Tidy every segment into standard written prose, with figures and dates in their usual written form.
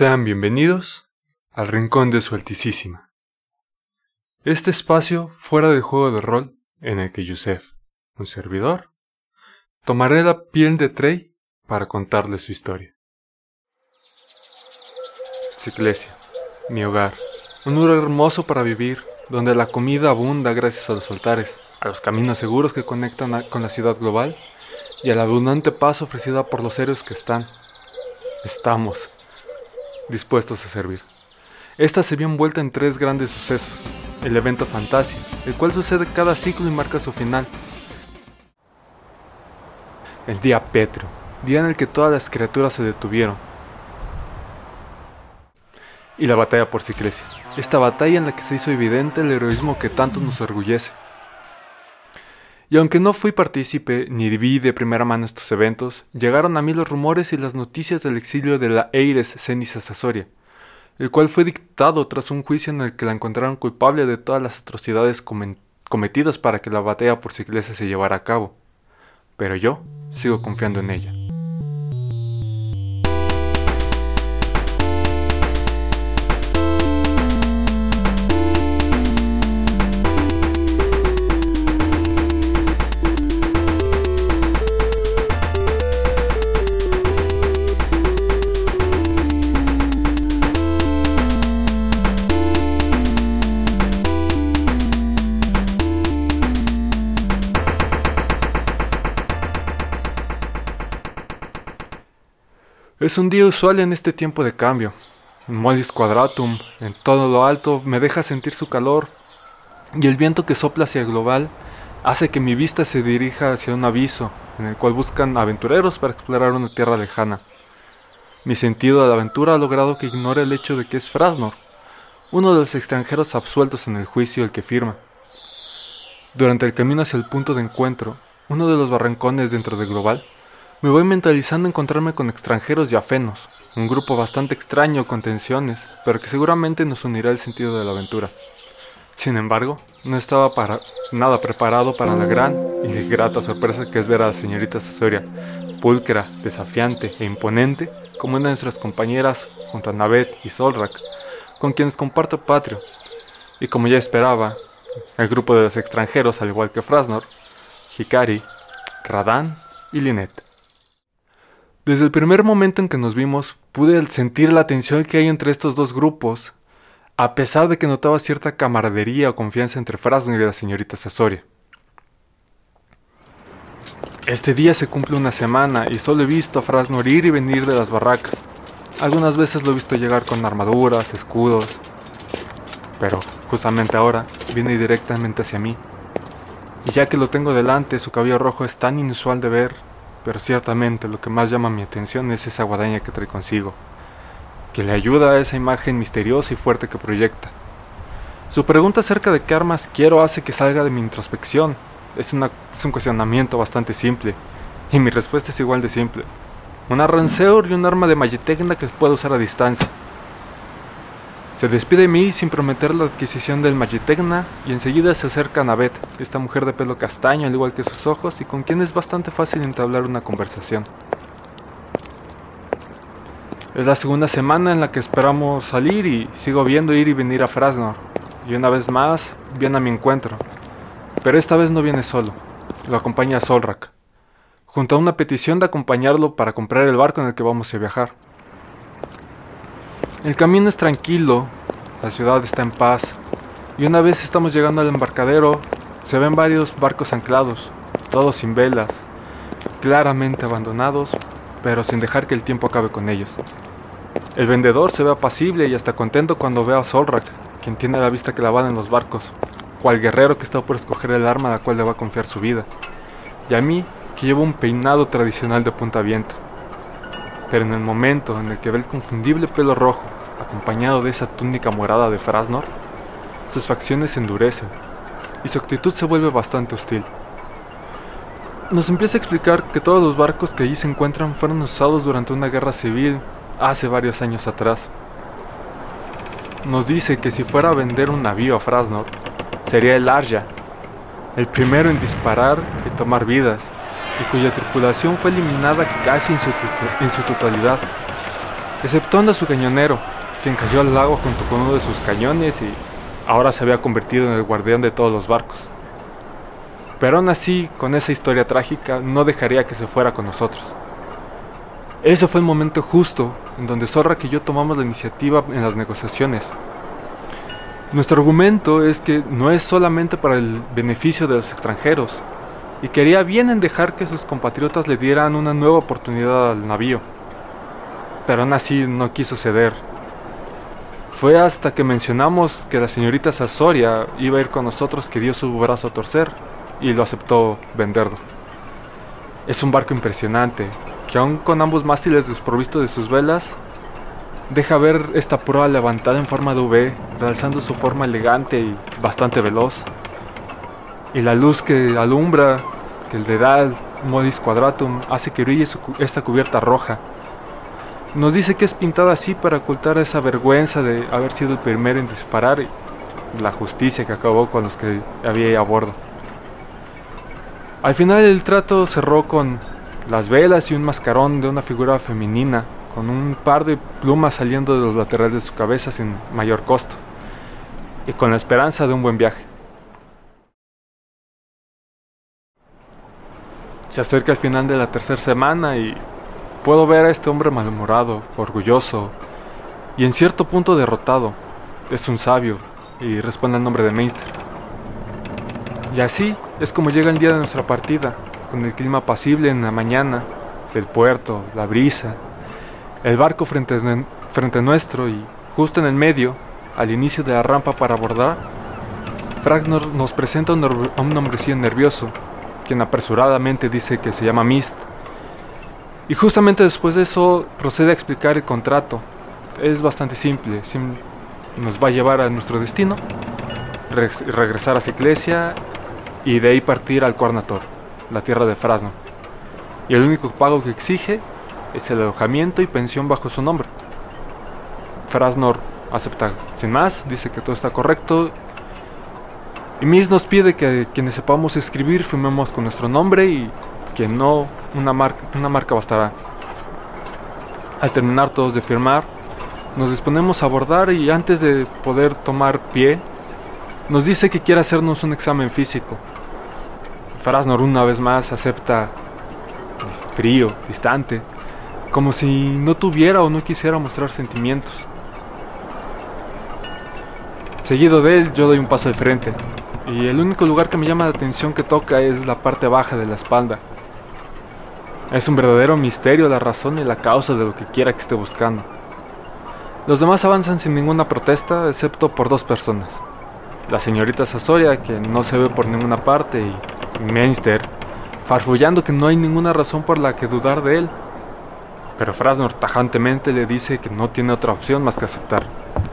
Sean bienvenidos al Rincón de Su Altísima. Este espacio fuera del juego de rol en el que Yusef, un servidor, tomaré la piel de Trey para contarles su historia. Ciclesia, mi hogar, un lugar hermoso para vivir, donde la comida abunda gracias a los altares, a los caminos seguros que conectan con la ciudad global y a la abundante paz ofrecida por los héroes que estamos dispuestos a servir. Esta se vio envuelta en tres grandes sucesos: el evento Fantasia, el cual sucede cada ciclo y marca su final; el día pétreo, día en el que todas las criaturas se detuvieron; y la batalla por Ciclesia, esta batalla en la que se hizo evidente el heroísmo que tanto nos orgullece. Y aunque no fui partícipe ni vi de primera mano estos eventos, llegaron a mí los rumores y las noticias del exilio de la Eires Ceniza Sasoria, el cual fue dictado tras un juicio en el que la encontraron culpable de todas las atrocidades cometidas para que la batalla por Ciclesia se llevara a cabo. Pero yo sigo confiando en ella. Es un día usual en este tiempo de cambio. Mollis Quadratum, en todo lo alto, me deja sentir su calor, y el viento que sopla hacia el global hace que mi vista se dirija hacia un abismo, en el cual buscan aventureros para explorar una tierra lejana. Mi sentido de la aventura ha logrado que ignore el hecho de que es Frasnor, uno de los extranjeros absueltos en el juicio el que firma. Durante el camino hacia el punto de encuentro, uno de los barrancones dentro del global, me voy mentalizando encontrarme con extranjeros y afenos, un grupo bastante extraño con tensiones, pero que seguramente nos unirá el sentido de la aventura. Sin embargo, no estaba para nada preparado para la gran y grata sorpresa que es ver a la señorita Sasoria, pulcra, desafiante e imponente, como una de nuestras compañeras junto a Navet y Solrak, con quienes comparto patrio, y como ya esperaba, el grupo de los extranjeros, al igual que Frasnor, Hikari, Radahn y Lynette. Desde el primer momento en que nos vimos, pude sentir la tensión que hay entre estos dos grupos, a pesar de que notaba cierta camaradería o confianza entre Frasnor y la señorita Sasoria. Este día se cumple una semana y solo he visto a Frasnor ir y venir de las barracas. Algunas veces lo he visto llegar con armaduras, escudos, pero justamente ahora viene directamente hacia mí. Y ya que lo tengo delante, su cabello rojo es tan inusual de ver, pero ciertamente lo que más llama mi atención es esa guadaña que trae consigo, que le ayuda a esa imagen misteriosa y fuerte que proyecta. Su pregunta acerca de qué armas quiero hace que salga de mi introspección. Es un cuestionamiento bastante simple, y mi respuesta es igual de simple: una Ranseur y un arma de Magitechna que puedo usar a distancia. Se despide de mí sin prometer la adquisición del Magitechna y enseguida se acerca a Navet, esta mujer de pelo castaño al igual que sus ojos y con quien es bastante fácil entablar una conversación. Es la segunda semana en la que esperamos salir y sigo viendo ir y venir a Frasnor, y una vez más viene a mi encuentro, pero esta vez no viene solo, lo acompaña Solrak, junto a una petición de acompañarlo para comprar el barco en el que vamos a viajar. El camino es tranquilo, la ciudad está en paz, y una vez estamos llegando al embarcadero, se ven varios barcos anclados, todos sin velas, claramente abandonados, pero sin dejar que el tiempo acabe con ellos. El vendedor se ve apacible y hasta contento cuando ve a Solrak, quien tiene la vista clavada en los barcos, cual guerrero que está por escoger el arma a la cual le va a confiar su vida, y a mí, que llevo un peinado tradicional de puntaviento. Pero en el momento en el que ve el confundible pelo rojo, acompañado de esa túnica morada de Frasnor, sus facciones se endurecen, y su actitud se vuelve bastante hostil. Nos empieza a explicar que todos los barcos que allí se encuentran fueron usados durante una guerra civil hace varios años atrás. Nos dice que si fuera a vender un navío a Frasnor, sería el Arya, el primero en disparar y tomar vidas, y cuya tripulación fue eliminada casi en su totalidad. exceptuando a su cañonero, quien cayó al lago junto con uno de sus cañones y ahora se había convertido en el guardián de todos los barcos. Pero aún así, con esa historia trágica, no dejaría que se fuera con nosotros. Ese fue el momento justo en donde Zorrak y yo tomamos la iniciativa en las negociaciones. Nuestro argumento es que no es solamente para el beneficio de los extranjeros, y que haría bien en dejar que sus compatriotas le dieran una nueva oportunidad al navío. Pero aún así no quiso ceder. Fue hasta que mencionamos que la señorita Sasoria iba a ir con nosotros que dio su brazo a torcer y lo aceptó venderlo. Es un barco impresionante, que aún con ambos mástiles desprovistos de sus velas, deja ver esta proa levantada en forma de V, realzando su forma elegante y bastante veloz. Y la luz que alumbra, que le da el modus quadratum, hace que brille esta cubierta roja. Nos dice que es pintada así para ocultar esa vergüenza de haber sido el primero en disparar y la justicia que acabó con los que había ahí a bordo. Al final el trato cerró con las velas y un mascarón de una figura femenina, con un par de plumas saliendo de los laterales de su cabeza sin mayor costo, y con la esperanza de un buen viaje. Se acerca el final de la tercera semana y puedo ver a este hombre malhumorado, orgulloso y en cierto punto derrotado. Es un sabio y responde al nombre de Meinster. Y así es como llega el día de nuestra partida, con el clima apacible en la mañana, el puerto, la brisa, el barco frente nuestro y justo en el medio, al inicio de la rampa para abordar, Frasnor nos presenta a un hombrecillo nervioso, quien apresuradamente dice que se llama Mist. Y justamente después de eso procede a explicar el contrato. Es bastante simple, nos va a llevar a nuestro destino, regresar a Ciclesia y de ahí partir al Quarnator, la tierra de Frasnor. Y el único pago que exige es el alojamiento y pensión bajo su nombre. Frasnor acepta sin más, dice que todo está correcto. Y Mist nos pide que quienes sepamos escribir firmemos con nuestro nombre y que no una marca bastará. Al terminar todos de firmar, nos disponemos a abordar y antes de poder tomar pie, nos dice que quiere hacernos un examen físico. Frasnor una vez más acepta frío, distante, como si no tuviera o no quisiera mostrar sentimientos. Seguido de él, yo doy un paso al frente. Y el único lugar que me llama la atención que toca es la parte baja de la espalda. Es un verdadero misterio la razón y la causa de lo que quiera que esté buscando. Los demás avanzan sin ninguna protesta, excepto por dos personas. La señorita Sasoria, que no se ve por ninguna parte, y Meinster, farfullando que no hay ninguna razón por la que dudar de él. Pero Frasnor tajantemente le dice que no tiene otra opción más que aceptar.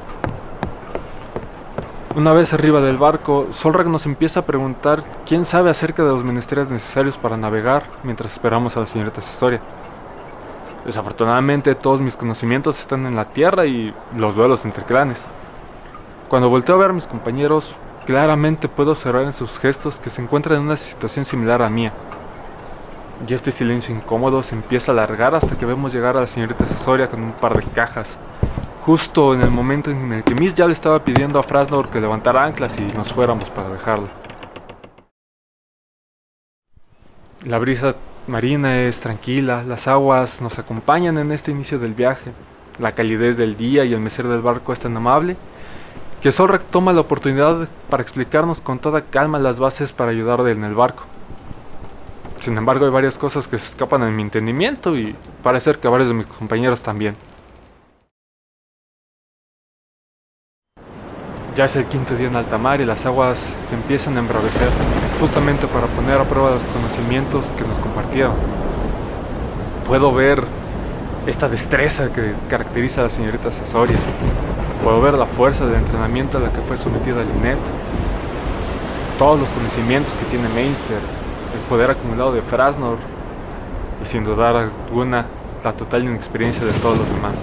Una vez arriba del barco, Zorrak nos empieza a preguntar quién sabe acerca de los menesteres necesarios para navegar mientras esperamos a la señorita Sasoria. Desafortunadamente todos mis conocimientos están en la tierra y los duelos entre clanes. Cuando volteo a ver a mis compañeros, claramente puedo observar en sus gestos que se encuentran en una situación similar a mía. Y este silencio incómodo se empieza a alargar hasta que vemos llegar a la señorita Sasoria con un par de cajas, justo en el momento en el que Mist ya le estaba pidiendo a Frasnor que levantara anclas y nos fuéramos para dejarla. La brisa marina es tranquila, las aguas nos acompañan en este inicio del viaje, la calidez del día y el mecer del barco es tan amable que Zorrak toma la oportunidad para explicarnos con toda calma las bases para ayudarle en el barco. Sin embargo, hay varias cosas que se escapan de mi entendimiento y parece que varios de mis compañeros también. Ya es el quinto día en alta mar y las aguas se empiezan a embravecer, justamente para poner a prueba los conocimientos que nos compartieron. Puedo ver esta destreza que caracteriza a la señorita Sasoria. Puedo ver la fuerza del entrenamiento a la que fue sometida Lynette. Todos los conocimientos que tiene Meinster, el poder acumulado de Frasnor y sin dudar alguna la total inexperiencia de todos los demás.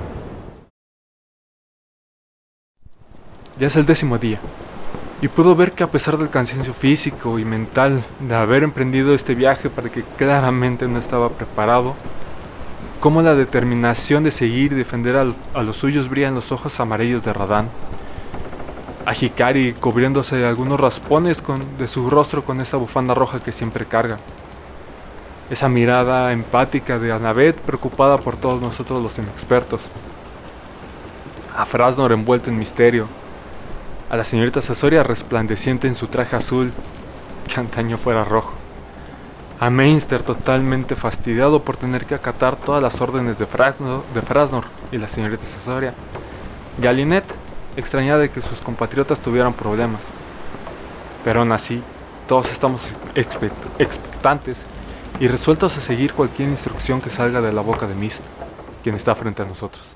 Ya es el 10º día, y puedo ver que a pesar del cansancio físico y mental de haber emprendido este viaje para el que claramente no estaba preparado, cómo la determinación de seguir y defender a los suyos brilla en los ojos amarillos de Radahn. A Hikari cubriéndose algunos raspones de su rostro con esa bufanda roja que siempre carga. Esa mirada empática de Annabeth preocupada por todos nosotros los inexpertos. A Frasnor envuelto en misterio. A la señorita Sasoria resplandeciente en su traje azul, que antaño fuera rojo. A Mainster totalmente fastidiado por tener que acatar todas las órdenes de Frasnor y la señorita Sasoria. Y a Lynette, extrañada de que sus compatriotas tuvieran problemas. Pero aún así, todos estamos expectantes y resueltos a seguir cualquier instrucción que salga de la boca de Mist, quien está frente a nosotros.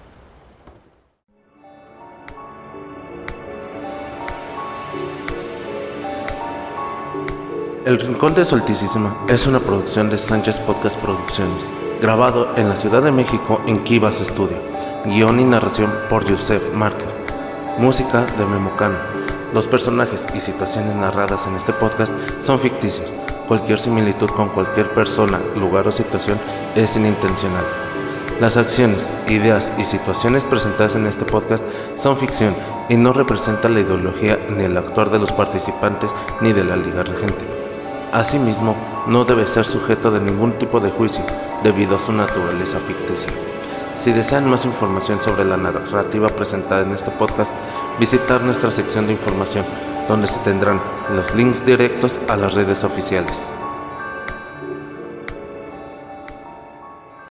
El Rincón de Soltísima es una producción de Sánchez Podcast Producciones, grabado en la Ciudad de México en Kivas Studio. Guión y narración por Yusef Márquez. Música de Memo Cano. Los personajes y situaciones narradas en este podcast son ficticios. Cualquier similitud con cualquier persona, lugar o situación es inintencional. Las acciones, ideas y situaciones presentadas en este podcast son ficción y no representan la ideología ni el actuar de los participantes ni de la Liga Regente. Asimismo, no debe ser sujeto de ningún tipo de juicio debido a su naturaleza ficticia. Si desean más información sobre la narrativa presentada en este podcast, visitar nuestra sección de información, donde se tendrán los links directos a las redes oficiales.